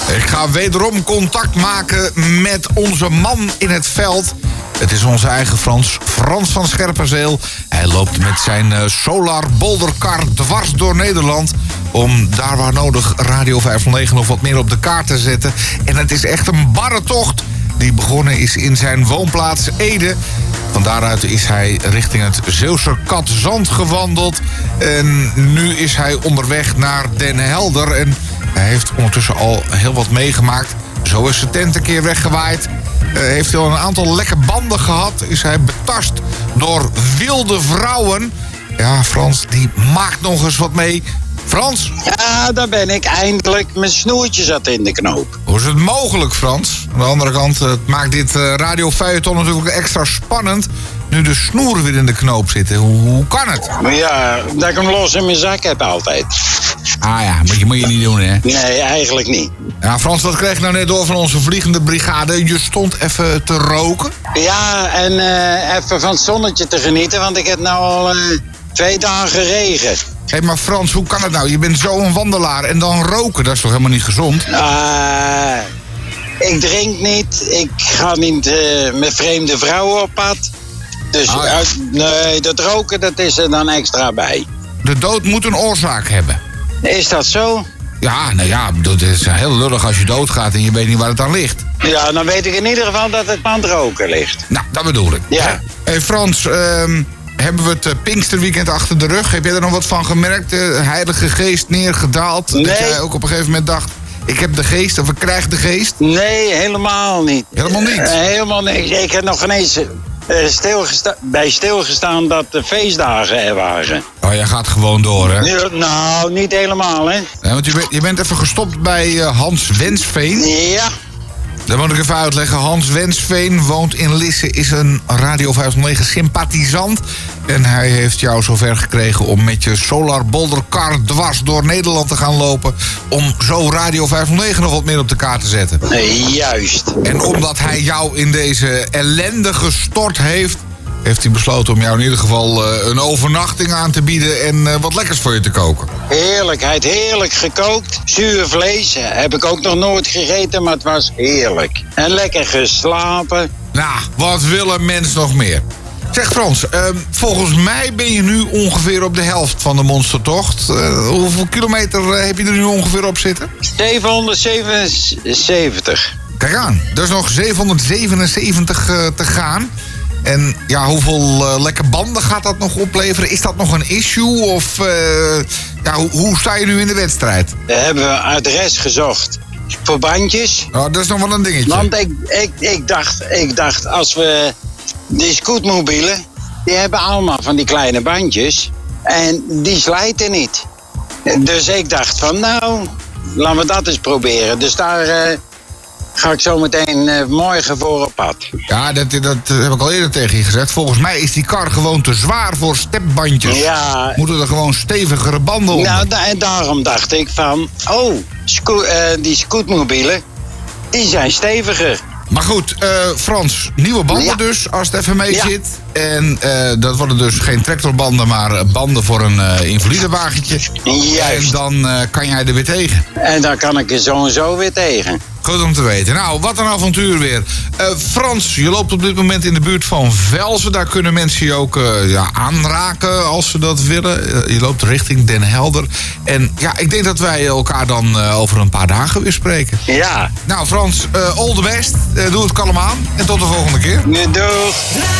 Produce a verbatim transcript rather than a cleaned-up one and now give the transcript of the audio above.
Ik ga wederom contact maken met onze man in het veld. Het is onze eigen Frans, Frans van Scherpenzeel. Hij loopt met zijn uh, Solar Bouldercar dwars door Nederland... om daar waar nodig Radio vijfhonderdnegen nog wat meer op de kaart te zetten. En het is echt een barre tocht die begonnen is in zijn woonplaats Ede. Van daaruit is hij richting het Zeeuwse Katzand gewandeld. En nu is hij onderweg naar Den Helder. En hij heeft ondertussen al heel wat meegemaakt. Zo is zijn tent een keer weggewaaid. Uh, heeft hij al een aantal lekke banden gehad. Is hij betast door wilde vrouwen. Ja, Frans, die maakt nog eens wat mee. Frans? Ja, daar ben ik eindelijk. Mijn snoertje zat in de knoop. Hoe is het mogelijk, Frans? Aan de andere kant, het maakt dit uh, radiofeuilleton natuurlijk extra spannend... nu de snoeren weer in de knoop zitten. Hoe, hoe kan het? Maar ja, dat ik hem los in mijn zak heb altijd. Ah ja, moet je, moet je niet doen, hè? Nee, eigenlijk niet. Ja, Frans, wat kreeg ik nou net door van onze vliegende brigade? Je stond even te roken? Ja, en uh, even van het zonnetje te genieten, want ik heb nou al uh, twee dagen regen. Hé, hey, maar Frans, hoe kan het nou? Je bent zo'n wandelaar en dan roken, dat is toch helemaal niet gezond? Uh, ik drink niet, ik ga niet uh, met vreemde vrouwen op pad. Dus ah, ja. uit, nee, dat roken, dat is er dan extra bij. De dood moet een oorzaak hebben. Is dat zo? Ja, nou ja, het is heel lullig als je doodgaat en je weet niet waar het aan ligt. Ja, dan weet ik in ieder geval dat het aan het roken ligt. Nou, dat bedoel ik. Ja. Hé, hey Frans, um, hebben we het uh, Pinksterweekend achter de rug? Heb jij er nog wat van gemerkt? De Heilige Geest neergedaald? Nee. Dat jij ook op een gegeven moment dacht... ik heb de geest of ik krijg de geest? Nee, helemaal niet. Helemaal niet? Uh, helemaal niet. Ik heb nog geen eens uh, stilgesta- bij stilgestaan dat de feestdagen er waren. Oh, jij gaat gewoon door, hè? Ja, nou, niet helemaal, hè? Ja, want je bent, je bent even gestopt bij uh, Hans Wensveen. Ja. Dat moet ik even uitleggen. Hans Wensveen woont in Lisse, is een Radio vijfhonderdnegen sympathisant. En hij heeft jou zover gekregen om met je Solar Bouldercar dwars door Nederland te gaan lopen... om zo Radio vijfhonderdnegen nog wat meer op de kaart te zetten. Nee, juist. En omdat hij jou in deze ellende gestort heeft... heeft hij besloten om jou in ieder geval uh, een overnachting aan te bieden... en uh, wat lekkers voor je te koken. Heerlijkheid, heerlijk gekookt. Zuur vlees heb ik ook nog nooit gegeten, maar het was heerlijk. En lekker geslapen. Nou, wat wil een mens nog meer? Zeg Frans, uh, volgens mij ben je nu ongeveer op de helft van de monstertocht. Uh, hoeveel kilometer uh, heb je er nu ongeveer op zitten? zevenhonderdzevenenzeventig. Kijk aan, er is nog zevenhonderdzevenenzeventig uh, te gaan. En ja, hoeveel uh, lekke banden gaat dat nog opleveren? Is dat nog een issue? Of uh, ja, hoe, hoe sta je nu in de wedstrijd? We hebben adres gezocht voor bandjes. Oh, dat is nog wel een dingetje. Want ik, ik, ik, dacht, ik dacht, als we die scootmobielen, die hebben allemaal van die kleine bandjes. En die slijten niet. Dus ik dacht van, nou, laten we dat eens proberen. Dus daar uh, ga ik zo meteen uh, morgen voor op pad. Ja, dat, dat heb ik al eerder tegen je gezegd. Volgens mij is die kar gewoon te zwaar voor stepbandjes. Ja. Moeten er gewoon stevigere banden onder. Nou, da- en daarom dacht ik van, oh, sco- uh, die scootmobielen, die zijn steviger. Maar goed, uh, Frans, nieuwe banden ja. dus, als het even mee ja. zit. En uh, dat worden dus geen tractorbanden, maar banden voor een uh, invalidewagentje. Juist. En dan uh, kan jij er weer tegen. En dan kan ik er zo en zo weer tegen. Goed om te weten. Nou, wat een avontuur weer. Uh, Frans, je loopt op dit moment in de buurt van Velzen. Daar kunnen mensen je ook uh, ja, aanraken als ze dat willen. Uh, je loopt richting Den Helder. En ja, ik denk dat wij elkaar dan uh, over een paar dagen weer spreken. Ja. Nou, Frans, uh, all the best. Uh, doe het kalm aan. En tot de volgende keer. Doeg.